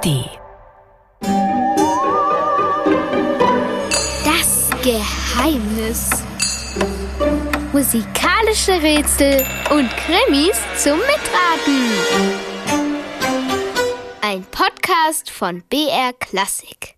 ARD. Das Geheimnis. Musikalische Rätsel und Krimis zum Mitraten. Ein Podcast von BR Klassik.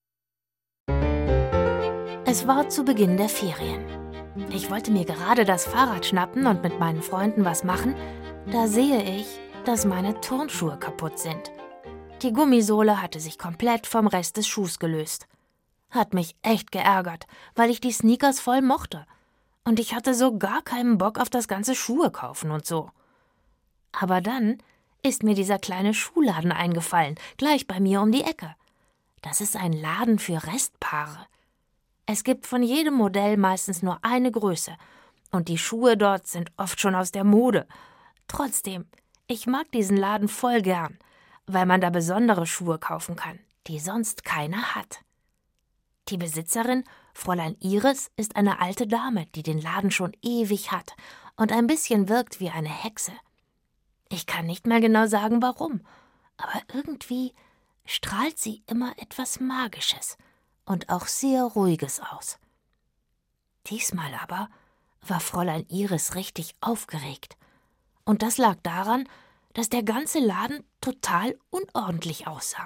Es war zu Beginn der Ferien. Ich wollte mir gerade das Fahrrad schnappen und mit meinen Freunden was machen. Da sehe ich, dass meine Turnschuhe kaputt sind. Die Gummisohle hatte sich komplett vom Rest des Schuhs gelöst. Hat mich echt geärgert, weil ich die Sneakers voll mochte. Und ich hatte so gar keinen Bock auf das ganze Schuhe kaufen und so. Aber dann ist mir dieser kleine Schuhladen eingefallen, gleich bei mir um die Ecke. Das ist ein Laden für Restpaare. Es gibt von jedem Modell meistens nur eine Größe. Und die Schuhe dort sind oft schon aus der Mode. Trotzdem, ich mag diesen Laden voll gern, weil man da besondere Schuhe kaufen kann, die sonst keiner hat. Die Besitzerin, Fräulein Iris, ist eine alte Dame, die den Laden schon ewig hat und ein bisschen wirkt wie eine Hexe. Ich kann nicht mehr genau sagen, warum, aber irgendwie strahlt sie immer etwas Magisches und auch sehr Ruhiges aus. Diesmal aber war Fräulein Iris richtig aufgeregt. Und das lag daran, dass der ganze Laden total unordentlich aussah.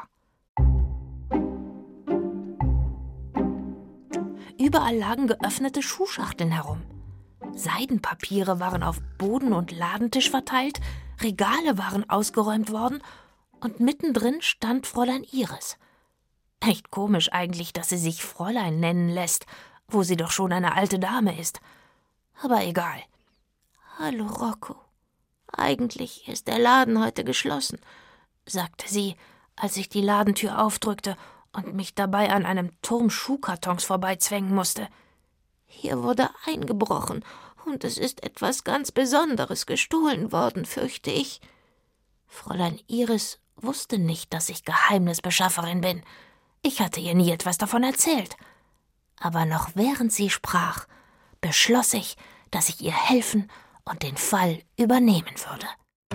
Überall lagen geöffnete Schuhschachteln herum. Seidenpapiere waren auf Boden und Ladentisch verteilt, Regale waren ausgeräumt worden und mittendrin stand Fräulein Iris. Echt komisch eigentlich, dass sie sich Fräulein nennen lässt, wo sie doch schon eine alte Dame ist. Aber egal. »Hallo, Rocco. Eigentlich ist der Laden heute geschlossen«, sagte sie, als ich die Ladentür aufdrückte und mich dabei an einem Turm Schuhkartons vorbeizwängen musste. »Hier wurde eingebrochen und es ist etwas ganz Besonderes gestohlen worden, fürchte ich.« Fräulein Iris wusste nicht, dass ich Geheimnisbeschafferin bin. Ich hatte ihr nie etwas davon erzählt. Aber noch während sie sprach, beschloss ich, dass ich ihr helfen und den Fall übernehmen würde.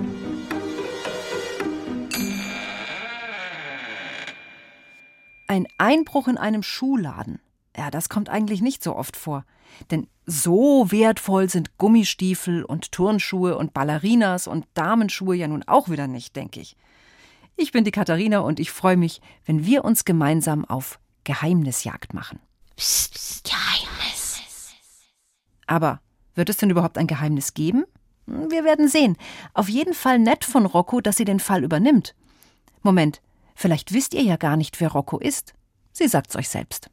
Ein Einbruch in einem Schuhladen. Ja, das kommt eigentlich nicht so oft vor. Denn so wertvoll sind Gummistiefel und Turnschuhe und Ballerinas und Damenschuhe ja nun auch wieder nicht, denke ich. Ich bin die Katharina und ich freue mich, wenn wir uns gemeinsam auf Geheimnisjagd machen. Psst, psst, Geheimnis. Aber wird es denn überhaupt ein Geheimnis geben? Wir werden sehen. Auf jeden Fall nett von Rocco, dass sie den Fall übernimmt. Moment, vielleicht wisst ihr ja gar nicht, wer Rocco ist. Sie sagt's euch selbst.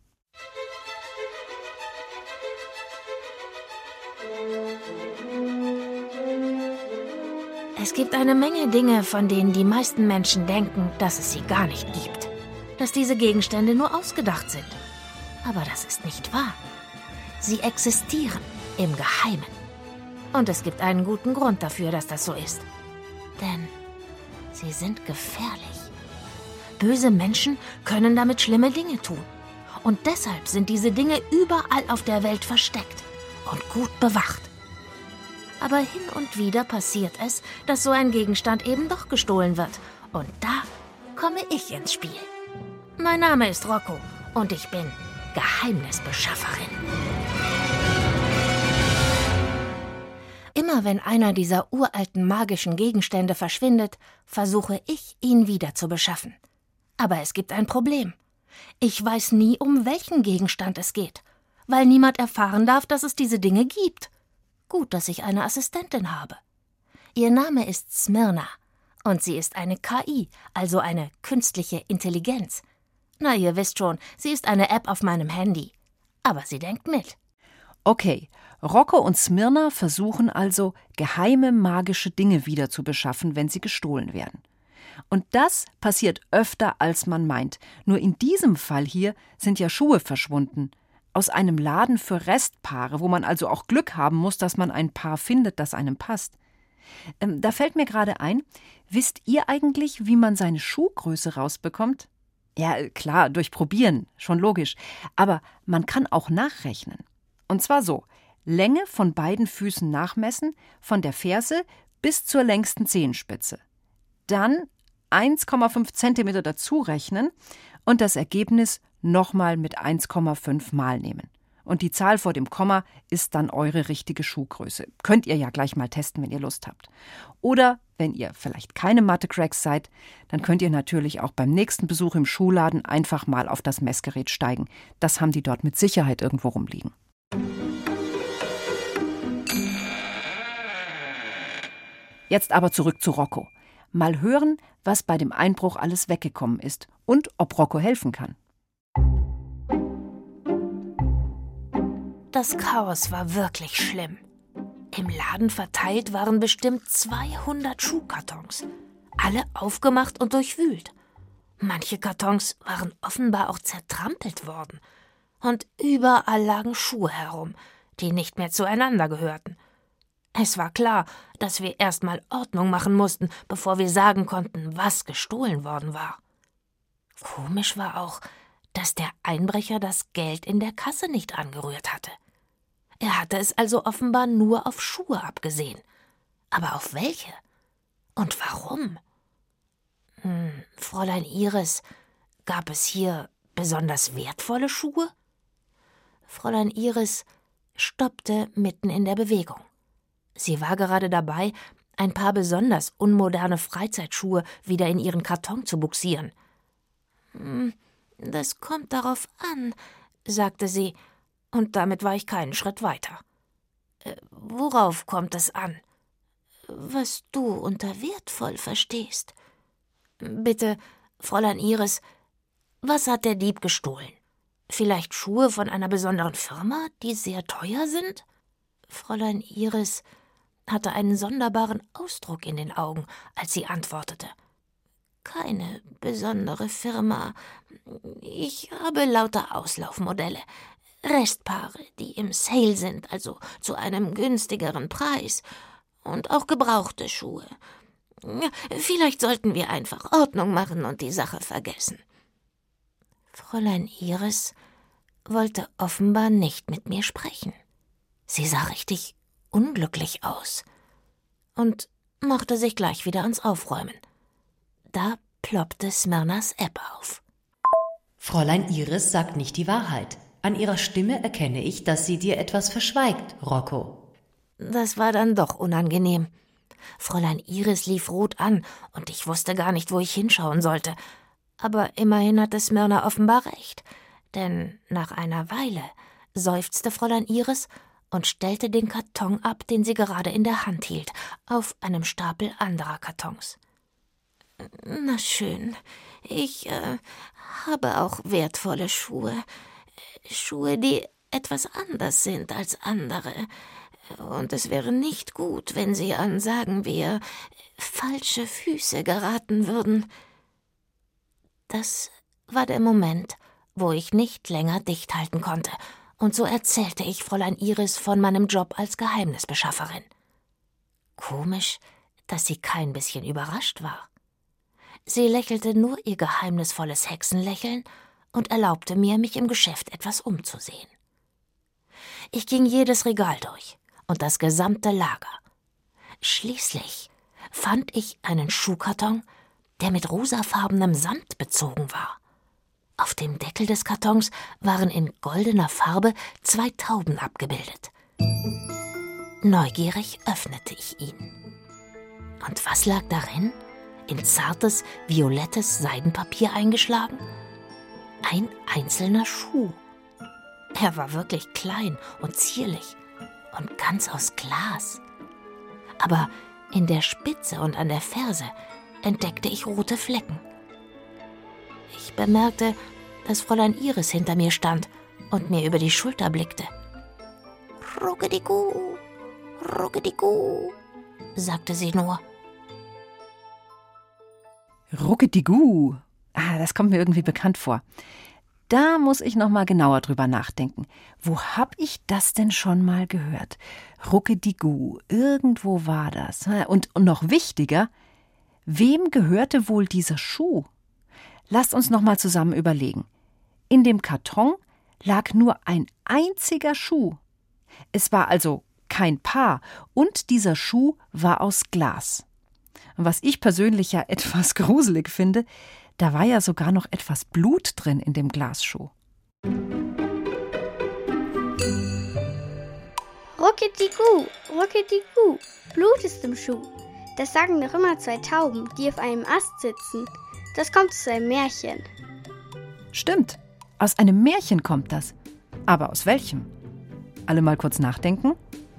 Es gibt eine Menge Dinge, von denen die meisten Menschen denken, dass es sie gar nicht gibt. Dass diese Gegenstände nur ausgedacht sind. Aber das ist nicht wahr. Sie existieren im Geheimen. Und es gibt einen guten Grund dafür, dass das so ist. Denn sie sind gefährlich. Böse Menschen können damit schlimme Dinge tun. Und deshalb sind diese Dinge überall auf der Welt versteckt und gut bewacht. Aber hin und wieder passiert es, dass so ein Gegenstand eben doch gestohlen wird. Und da komme ich ins Spiel. Mein Name ist Rocco und ich bin Geheimnisbeschafferin. Immer wenn einer dieser uralten magischen Gegenstände verschwindet, versuche ich, ihn wieder zu beschaffen. Aber es gibt ein Problem. Ich weiß nie, um welchen Gegenstand es geht, weil niemand erfahren darf, dass es diese Dinge gibt. Gut, dass ich eine Assistentin habe. Ihr Name ist Smyrna und sie ist eine KI, also eine künstliche Intelligenz. Na, ihr wisst schon, sie ist eine App auf meinem Handy. Aber sie denkt mit. Okay, Rocco und Smyrna versuchen also, geheime magische Dinge wieder zu beschaffen, wenn sie gestohlen werden. Und das passiert öfter, als man meint. Nur in diesem Fall hier sind ja Schuhe verschwunden. Aus einem Laden für Restpaare, wo man also auch Glück haben muss, dass man ein Paar findet, das einem passt. Da fällt mir gerade ein, wisst ihr eigentlich, wie man seine Schuhgröße rausbekommt? Ja, klar, durch Probieren, schon logisch. Aber man kann auch nachrechnen. Und zwar so: Länge von beiden Füßen nachmessen, von der Ferse bis zur längsten Zehenspitze. Dann 1,5 Zentimeter dazu rechnen und das Ergebnis nochmal mit 1,5 Mal nehmen. Und die Zahl vor dem Komma ist dann eure richtige Schuhgröße. Könnt ihr ja gleich mal testen, wenn ihr Lust habt. Oder wenn ihr vielleicht keine Mathe-Cracks seid, dann könnt ihr natürlich auch beim nächsten Besuch im Schuhladen einfach mal auf das Messgerät steigen. Das haben die dort mit Sicherheit irgendwo rumliegen. Jetzt aber zurück zu Rocco. Mal hören, was bei dem Einbruch alles weggekommen ist und ob Rocco helfen kann. Das Chaos war wirklich schlimm. Im Laden verteilt waren bestimmt 200 Schuhkartons. Alle aufgemacht und durchwühlt. Manche Kartons waren offenbar auch zertrampelt worden. Und überall lagen Schuhe herum, die nicht mehr zueinander gehörten. Es war klar, dass wir erstmal Ordnung machen mussten, bevor wir sagen konnten, was gestohlen worden war. Komisch war auch, dass der Einbrecher das Geld in der Kasse nicht angerührt hatte. Er hatte es also offenbar nur auf Schuhe abgesehen. Aber auf welche? Und warum? Fräulein Iris, gab es hier besonders wertvolle Schuhe? Fräulein Iris stoppte mitten in der Bewegung. Sie war gerade dabei, ein paar besonders unmoderne Freizeitschuhe wieder in ihren Karton zu bugsieren. »Das kommt darauf an«, sagte sie, und damit war ich keinen Schritt weiter. »Worauf kommt es an?« »Was du unter wertvoll verstehst.« »Bitte, Fräulein Iris, was hat der Dieb gestohlen? Vielleicht Schuhe von einer besonderen Firma, die sehr teuer sind?« Fräulein Iris hatte einen sonderbaren Ausdruck in den Augen, als sie antwortete. »Keine besondere Firma. Ich habe lauter Auslaufmodelle. Restpaare, die im Sale sind, also zu einem günstigeren Preis. Und auch gebrauchte Schuhe. Vielleicht sollten wir einfach Ordnung machen und die Sache vergessen.« Fräulein Iris wollte offenbar nicht mit mir sprechen. Sie sah richtig unglücklich aus und machte sich gleich wieder ans Aufräumen. Da ploppte Smyrnas App auf. Fräulein Iris sagt nicht die Wahrheit. An ihrer Stimme erkenne ich, dass sie dir etwas verschweigt, Rocco. Das war dann doch unangenehm. Fräulein Iris lief rot an und ich wusste gar nicht, wo ich hinschauen sollte. Aber immerhin hatte Smyrna offenbar recht, denn nach einer Weile seufzte Fräulein Iris und stellte den Karton ab, den sie gerade in der Hand hielt, auf einem Stapel anderer Kartons. »Na schön, ich habe auch wertvolle Schuhe. Schuhe, die etwas anders sind als andere. Und es wäre nicht gut, wenn sie an, sagen wir, falsche Füße geraten würden.« Das war der Moment, wo ich nicht länger dicht halten konnte, und so erzählte ich Fräulein Iris von meinem Job als Geheimnisbeschafferin. Komisch, dass sie kein bisschen überrascht war. Sie lächelte nur ihr geheimnisvolles Hexenlächeln und erlaubte mir, mich im Geschäft etwas umzusehen. Ich ging jedes Regal durch und das gesamte Lager. Schließlich fand ich einen Schuhkarton, der mit rosafarbenem Samt bezogen war. Auf dem Deckel des Kartons waren in goldener Farbe 2 Tauben abgebildet. Neugierig öffnete ich ihn. Und was lag darin? In zartes, violettes Seidenpapier eingeschlagen? Ein einzelner Schuh. Er war wirklich klein und zierlich und ganz aus Glas. Aber in der Spitze und an der Ferse entdeckte ich rote Flecken. Ich bemerkte, dass Fräulein Iris hinter mir stand und mir über die Schulter blickte. »Ruckedigu, ruckedigu«, sagte sie nur. Ruckedigu. Das kommt mir irgendwie bekannt vor. Da muss ich noch mal genauer drüber nachdenken. Wo hab ich das denn schon mal gehört? Ruckedigu, irgendwo war das. Und noch wichtiger, wem gehörte wohl dieser Schuh? Lasst uns noch mal zusammen überlegen. In dem Karton lag nur ein einziger Schuh. Es war also kein Paar und dieser Schuh war aus Glas. Und was ich persönlich ja etwas gruselig finde, da war ja sogar noch etwas Blut drin in dem Glasschuh. Ruckidi-gu, Blut ist im Schuh. Das sagen doch immer 2 Tauben, die auf einem Ast sitzen. Das kommt aus einem Märchen. Stimmt, aus einem Märchen kommt das. Aber aus welchem? Alle mal kurz nachdenken.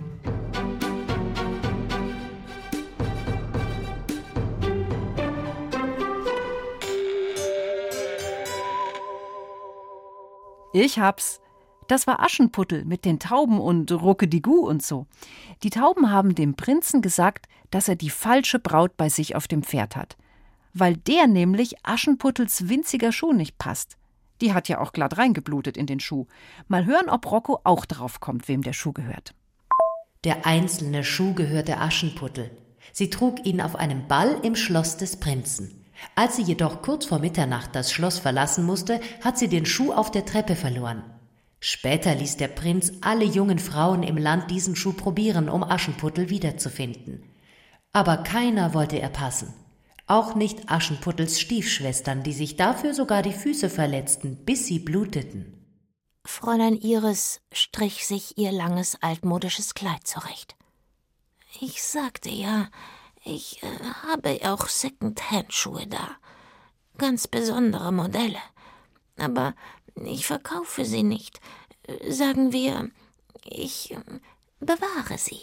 Ich hab's. Das war Aschenputtel mit den Tauben und Ruckedigu und so. Die Tauben haben dem Prinzen gesagt, dass er die falsche Braut bei sich auf dem Pferd hat. Weil der nämlich Aschenputtels winziger Schuh nicht passt. Die hat ja auch glatt reingeblutet in den Schuh. Mal hören, ob Rocco auch drauf kommt, wem der Schuh gehört. Der einzelne Schuh gehörte Aschenputtel. Sie trug ihn auf einem Ball im Schloss des Prinzen. Als sie jedoch kurz vor Mitternacht das Schloss verlassen musste, hat sie den Schuh auf der Treppe verloren. Später ließ der Prinz alle jungen Frauen im Land diesen Schuh probieren, um Aschenputtel wiederzufinden. Aber keiner wollte er passen. Auch nicht Aschenputtels Stiefschwestern, die sich dafür sogar die Füße verletzten, bis sie bluteten. Fräulein Iris strich sich ihr langes altmodisches Kleid zurecht. Ich sagte ja, ich habe auch Second-Hand-Schuhe da. Ganz besondere Modelle. Aber ich verkaufe sie nicht. Sagen wir, ich bewahre sie.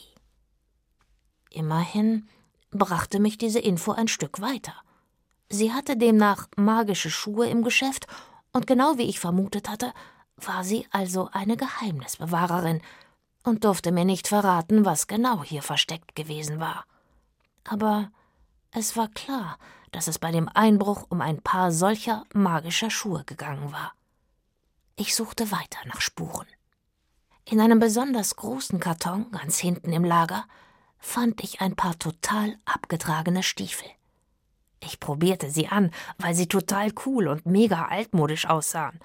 Immerhin brachte mich diese Info ein Stück weiter. Sie hatte demnach magische Schuhe im Geschäft und genau wie ich vermutet hatte, war sie also eine Geheimnisbewahrerin und durfte mir nicht verraten, was genau hier versteckt gewesen war. Aber es war klar, dass es bei dem Einbruch um ein paar solcher magischer Schuhe gegangen war. Ich suchte weiter nach Spuren. In einem besonders großen Karton, ganz hinten im Lager, fand ich ein paar total abgetragene Stiefel. Ich probierte sie an, weil sie total cool und mega altmodisch aussahen.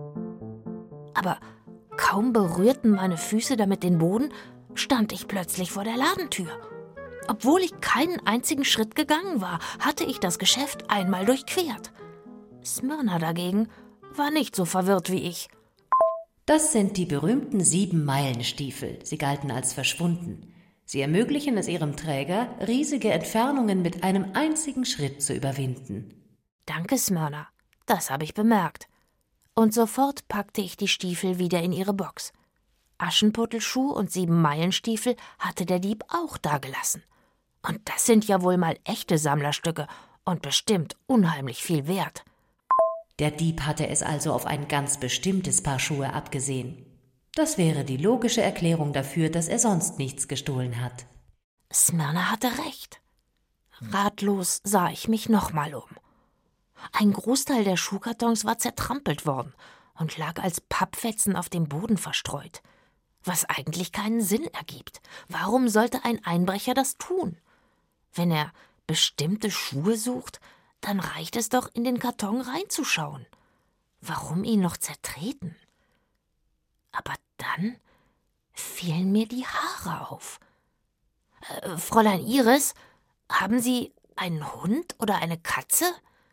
Aber kaum berührten meine Füße damit den Boden, stand ich plötzlich vor der Ladentür. Obwohl ich keinen einzigen Schritt gegangen war, hatte ich das Geschäft einmal durchquert. Smyrna dagegen war nicht so verwirrt wie ich. Das sind die berühmten 7-Meilen-Stiefel. Sie galten als verschwunden. Sie ermöglichen es ihrem Träger, riesige Entfernungen mit einem einzigen Schritt zu überwinden. Danke, Smyrna. Das habe ich bemerkt. Und sofort packte ich die Stiefel wieder in ihre Box. Aschenputtelschuh und 7-Meilen-Stiefel hatte der Dieb auch dagelassen. Und das sind ja wohl mal echte Sammlerstücke und bestimmt unheimlich viel wert. Der Dieb hatte es also auf ein ganz bestimmtes Paar Schuhe abgesehen. Das wäre die logische Erklärung dafür, dass er sonst nichts gestohlen hat. Smyrna hatte recht. Ratlos sah ich mich nochmal um. Ein Großteil der Schuhkartons war zertrampelt worden und lag als Pappfetzen auf dem Boden verstreut. Was eigentlich keinen Sinn ergibt. Warum sollte ein Einbrecher das tun? Wenn er bestimmte Schuhe sucht, dann reicht es doch, in den Karton reinzuschauen. Warum ihn noch zertreten? Aber dann fielen mir die Haare auf. Fräulein Iris, haben Sie einen Hund oder eine Katze?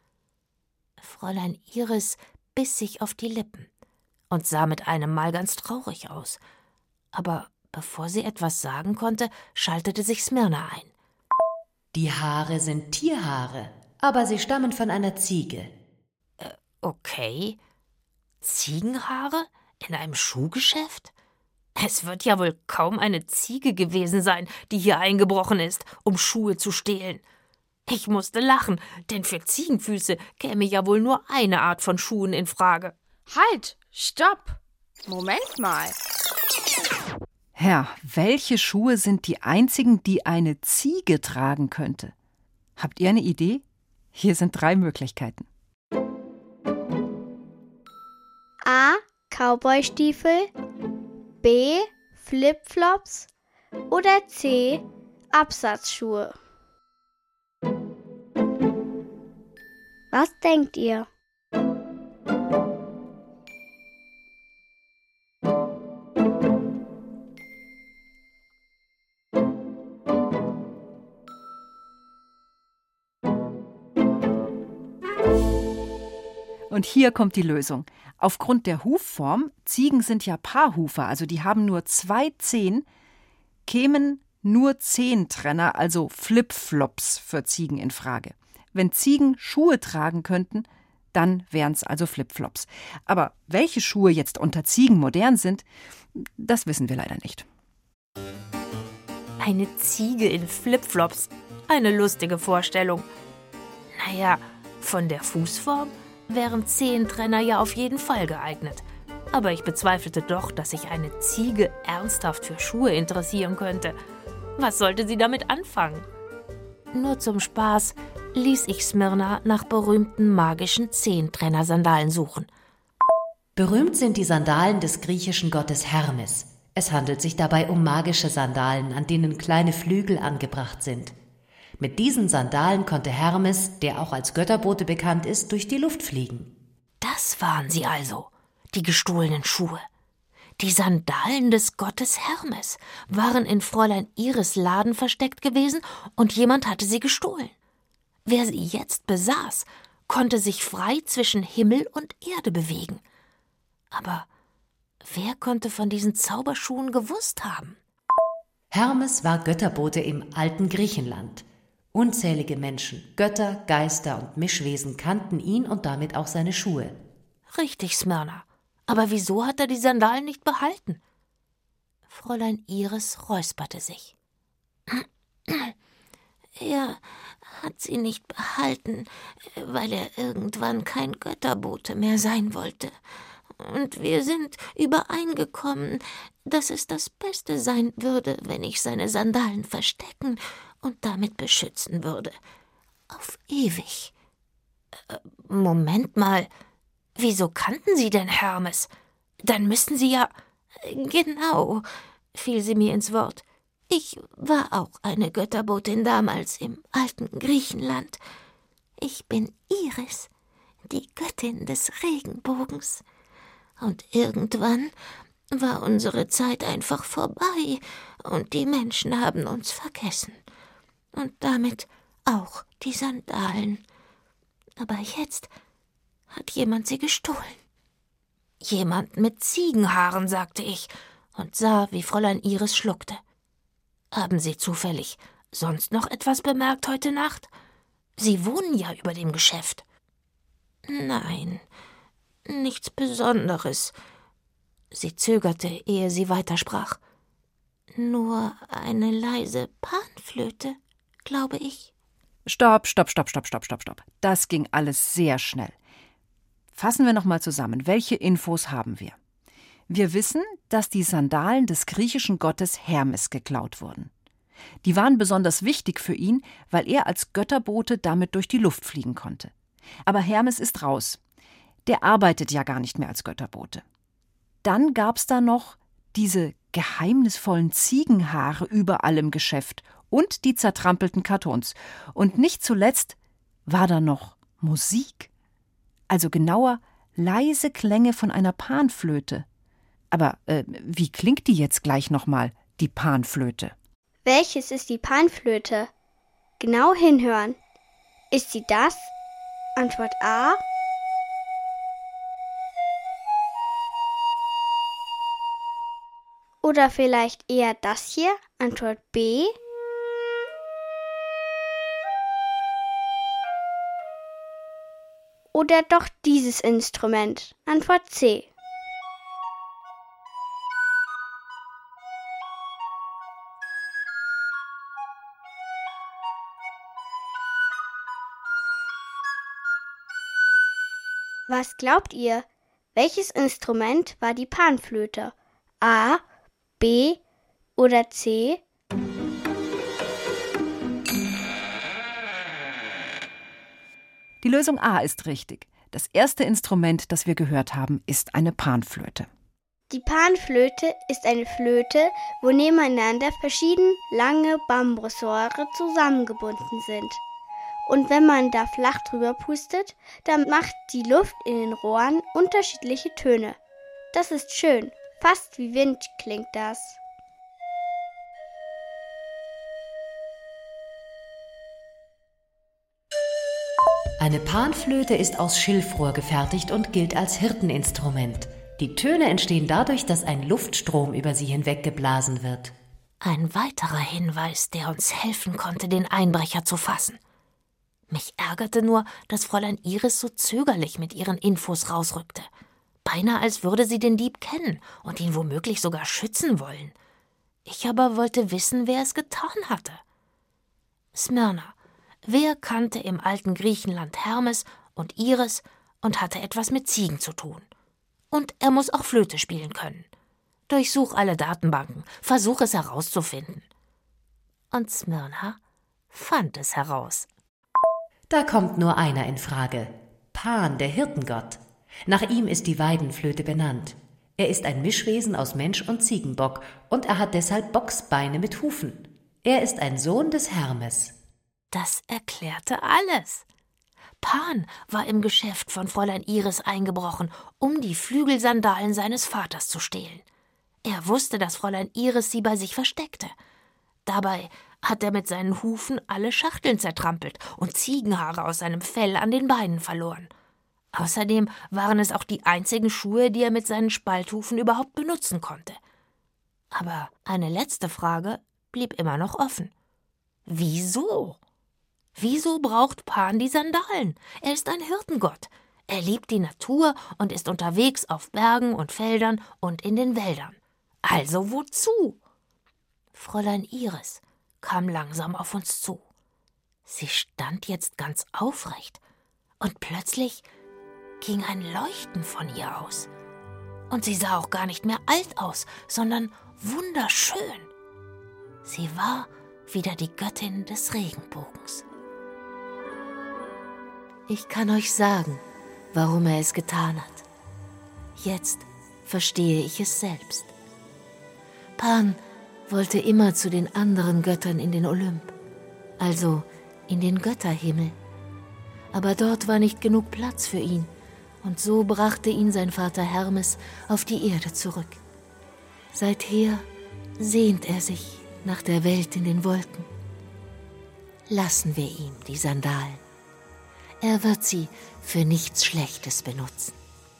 Fräulein Iris biss sich auf die Lippen und sah mit einem Mal ganz traurig aus. Aber bevor sie etwas sagen konnte, schaltete sich Smyrna ein. Die Haare sind Tierhaare, aber sie stammen von einer Ziege. Okay. Ziegenhaare in einem Schuhgeschäft? Es wird ja wohl kaum eine Ziege gewesen sein, die hier eingebrochen ist, um Schuhe zu stehlen. Ich musste lachen, denn für Ziegenfüße käme ja wohl nur eine Art von Schuhen in Frage. Halt! Stopp! Moment mal. Herr, welche Schuhe sind die einzigen, die eine Ziege tragen könnte? Habt ihr eine Idee? Hier sind 3 Möglichkeiten. A. Cowboystiefel, B. Flipflops oder C. Absatzschuhe. Was denkt ihr? Und hier kommt die Lösung. Aufgrund der Hufform, Ziegen sind ja Paarhufer, also die haben nur 2 Zehen, kämen nur Zehentrenner, also Flipflops für Ziegen in Frage. Wenn Ziegen Schuhe tragen könnten, dann wären es also Flipflops. Aber welche Schuhe jetzt unter Ziegen modern sind, das wissen wir leider nicht. Eine Ziege in Flipflops. Eine lustige Vorstellung. Naja, von der Fußform wären Zehentrenner ja auf jeden Fall geeignet. Aber ich bezweifelte doch, dass sich eine Ziege ernsthaft für Schuhe interessieren könnte. Was sollte sie damit anfangen? Nur zum Spaß ließ ich Smyrna nach berühmten magischen Zehentrenner-Sandalen suchen. Berühmt sind die Sandalen des griechischen Gottes Hermes. Es handelt sich dabei um magische Sandalen, an denen kleine Flügel angebracht sind. Mit diesen Sandalen konnte Hermes, der auch als Götterbote bekannt ist, durch die Luft fliegen. Das waren sie also, die gestohlenen Schuhe. Die Sandalen des Gottes Hermes waren in Fräulein Iris' Laden versteckt gewesen und jemand hatte sie gestohlen. Wer sie jetzt besaß, konnte sich frei zwischen Himmel und Erde bewegen. Aber wer konnte von diesen Zauberschuhen gewusst haben? Hermes war Götterbote im alten Griechenland. Unzählige Menschen, Götter, Geister und Mischwesen kannten ihn und damit auch seine Schuhe. Richtig, Smyrna. Aber wieso hat er die Sandalen nicht behalten? Fräulein Iris räusperte sich. Er hat sie nicht behalten, weil er irgendwann kein Götterbote mehr sein wollte. Und wir sind übereingekommen, dass es das Beste sein würde, wenn ich seine Sandalen verstecken und damit beschützen würde. Auf ewig. Moment mal, wieso kannten Sie denn Hermes? Dann müssten Sie ja... Genau, fiel sie mir ins Wort. Ich war auch eine Götterbotin damals im alten Griechenland. Ich bin Iris, die Göttin des Regenbogens. Und irgendwann war unsere Zeit einfach vorbei und die Menschen haben uns vergessen. Und damit auch die Sandalen. Aber jetzt hat jemand sie gestohlen. Jemand mit Ziegenhaaren, sagte ich und sah, wie Fräulein Iris schluckte. Haben Sie zufällig sonst noch etwas bemerkt heute Nacht? Sie wohnen ja über dem Geschäft. Nein, nichts Besonderes. Sie zögerte, ehe sie weitersprach. Nur eine leise Panflöte, glaube ich. Stopp. Das ging alles sehr schnell. Fassen wir nochmal zusammen. Welche Infos haben wir? Wir wissen, dass die Sandalen des griechischen Gottes Hermes geklaut wurden. Die waren besonders wichtig für ihn, weil er als Götterbote damit durch die Luft fliegen konnte. Aber Hermes ist raus. Der arbeitet ja gar nicht mehr als Götterbote. Dann gab's da noch diese geheimnisvollen Ziegenhaare überall im Geschäft und die zertrampelten Kartons. Und nicht zuletzt war da noch Musik. Also genauer leise Klänge von einer Panflöte. Aber wie klingt die jetzt gleich nochmal, die Panflöte? Welches ist die Panflöte? Genau hinhören. Ist sie das? Antwort A. Oder vielleicht eher das hier? Antwort B. Oder doch dieses Instrument? Antwort C. Was glaubt ihr? Welches Instrument war die Panflöte? A, B oder C? Die Lösung A ist richtig. Das erste Instrument, das wir gehört haben, ist eine Panflöte. Die Panflöte ist eine Flöte, wo nebeneinander verschieden lange Bambusrohre zusammengebunden sind. Und wenn man da flach drüber pustet, dann macht die Luft in den Rohren unterschiedliche Töne. Das ist schön, fast wie Wind klingt das. Eine Panflöte ist aus Schilfrohr gefertigt und gilt als Hirteninstrument. Die Töne entstehen dadurch, dass ein Luftstrom über sie hinweggeblasen wird. Ein weiterer Hinweis, der uns helfen konnte, den Einbrecher zu fassen. Mich ärgerte nur, dass Fräulein Iris so zögerlich mit ihren Infos rausrückte. Beinahe als würde sie den Dieb kennen und ihn womöglich sogar schützen wollen. Ich aber wollte wissen, wer es getan hatte. Smyrna, wer kannte im alten Griechenland Hermes und Iris und hatte etwas mit Ziegen zu tun? Und er muss auch Flöte spielen können. Durchsuch alle Datenbanken, versuch es herauszufinden. Und Smyrna fand es heraus. Da kommt nur einer in Frage: Pan, der Hirtengott. Nach ihm ist die Weidenflöte benannt. Er ist ein Mischwesen aus Mensch und Ziegenbock und er hat deshalb Bocksbeine mit Hufen. Er ist ein Sohn des Hermes. Das erklärte alles. Pan war im Geschäft von Fräulein Iris eingebrochen, um die Flügelsandalen seines Vaters zu stehlen. Er wusste, dass Fräulein Iris sie bei sich versteckte. Dabei hat er mit seinen Hufen alle Schachteln zertrampelt und Ziegenhaare aus seinem Fell an den Beinen verloren. Außerdem waren es auch die einzigen Schuhe, die er mit seinen Spalthufen überhaupt benutzen konnte. Aber eine letzte Frage blieb immer noch offen. Wieso? Wieso braucht Pan die Sandalen? Er ist ein Hirtengott. Er liebt die Natur und ist unterwegs auf Bergen und Feldern und in den Wäldern. Also wozu? Fräulein Iris kam langsam auf uns zu. Sie stand jetzt ganz aufrecht und plötzlich ging ein Leuchten von ihr aus. Und sie sah auch gar nicht mehr alt aus, sondern wunderschön. Sie war wieder die Göttin des Regenbogens. Ich kann euch sagen, warum er es getan hat. Jetzt verstehe ich es selbst. Pan wollte immer zu den anderen Göttern in den Olymp, also in den Götterhimmel. Aber dort war nicht genug Platz für ihn, und so brachte ihn sein Vater Hermes auf die Erde zurück. Seither sehnt er sich nach der Welt in den Wolken. Lassen wir ihm die Sandalen. Er wird sie für nichts Schlechtes benutzen.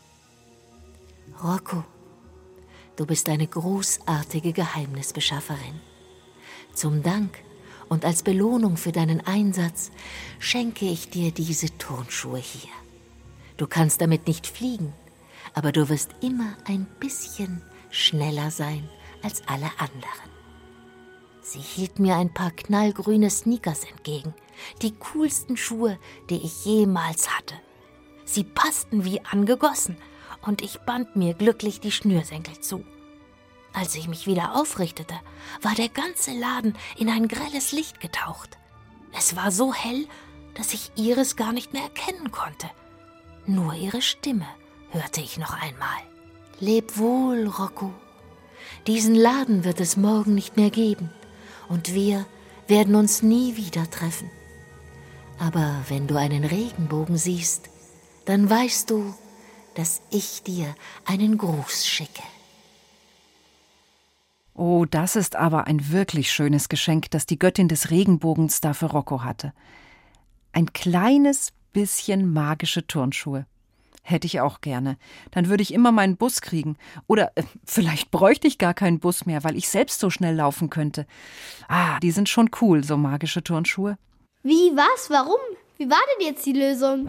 Rocco, du bist eine großartige Geheimnisbeschafferin. Zum Dank und als Belohnung für deinen Einsatz schenke ich dir diese Turnschuhe hier. Du kannst damit nicht fliegen, aber du wirst immer ein bisschen schneller sein als alle anderen. Sie hielt mir ein paar knallgrüne Sneakers entgegen, die coolsten Schuhe, die ich jemals hatte. Sie passten wie angegossen und ich band mir glücklich die Schnürsenkel zu. Als ich mich wieder aufrichtete, war der ganze Laden in ein grelles Licht getaucht. Es war so hell, dass ich Iris gar nicht mehr erkennen konnte. Nur ihre Stimme hörte ich noch einmal. Leb wohl, Rocco. Diesen Laden wird es morgen nicht mehr geben und wir werden uns nie wieder treffen. Aber wenn du einen Regenbogen siehst, dann weißt du, dass ich dir einen Gruß schicke. Oh, das ist aber ein wirklich schönes Geschenk, das die Göttin des Regenbogens da für Rocco hatte. Ein kleines bisschen magische Turnschuhe. Hätte ich auch gerne. Dann würde ich immer meinen Bus kriegen. Oder vielleicht bräuchte ich gar keinen Bus mehr, weil ich selbst so schnell laufen könnte. Die sind schon cool, so magische Turnschuhe. Wie, was, warum? Wie war denn jetzt die Lösung?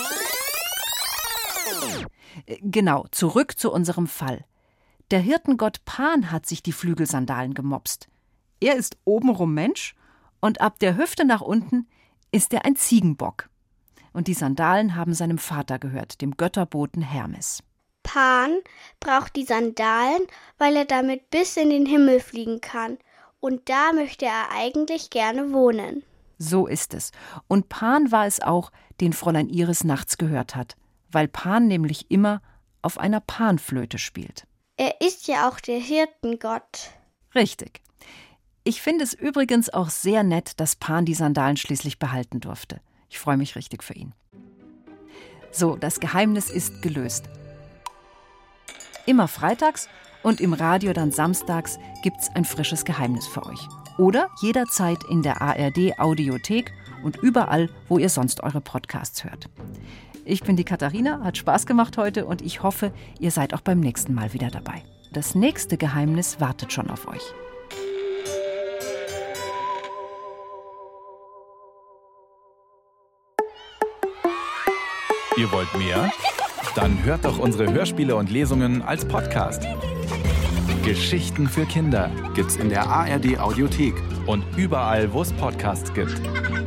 Genau, zurück zu unserem Fall. Der Hirtengott Pan hat sich die Flügelsandalen gemopst. Er ist obenrum Mensch und ab der Hüfte nach unten ist er ein Ziegenbock. Und die Sandalen haben seinem Vater gehört, dem Götterboten Hermes. Pan braucht die Sandalen, weil er damit bis in den Himmel fliegen kann. Und da möchte er eigentlich gerne wohnen. So ist es. Und Pan war es auch, den Fräulein Iris nachts gehört hat, weil Pan nämlich immer auf einer Panflöte spielt. Er ist ja auch der Hirtengott. Richtig. Ich finde es übrigens auch sehr nett, dass Pan die Sandalen schließlich behalten durfte. Ich freue mich richtig für ihn. So, das Geheimnis ist gelöst. Immer freitags und im Radio dann samstags gibt's ein frisches Geheimnis für euch. Oder jederzeit in der ARD Audiothek und überall, wo ihr sonst eure Podcasts hört. Ich bin die Katharina, hat Spaß gemacht heute und ich hoffe, ihr seid auch beim nächsten Mal wieder dabei. Das nächste Geheimnis wartet schon auf euch. Ihr wollt mehr? Dann hört doch unsere Hörspiele und Lesungen als Podcast. Geschichten für Kinder gibt's in der ARD Audiothek und überall, wo es Podcasts gibt.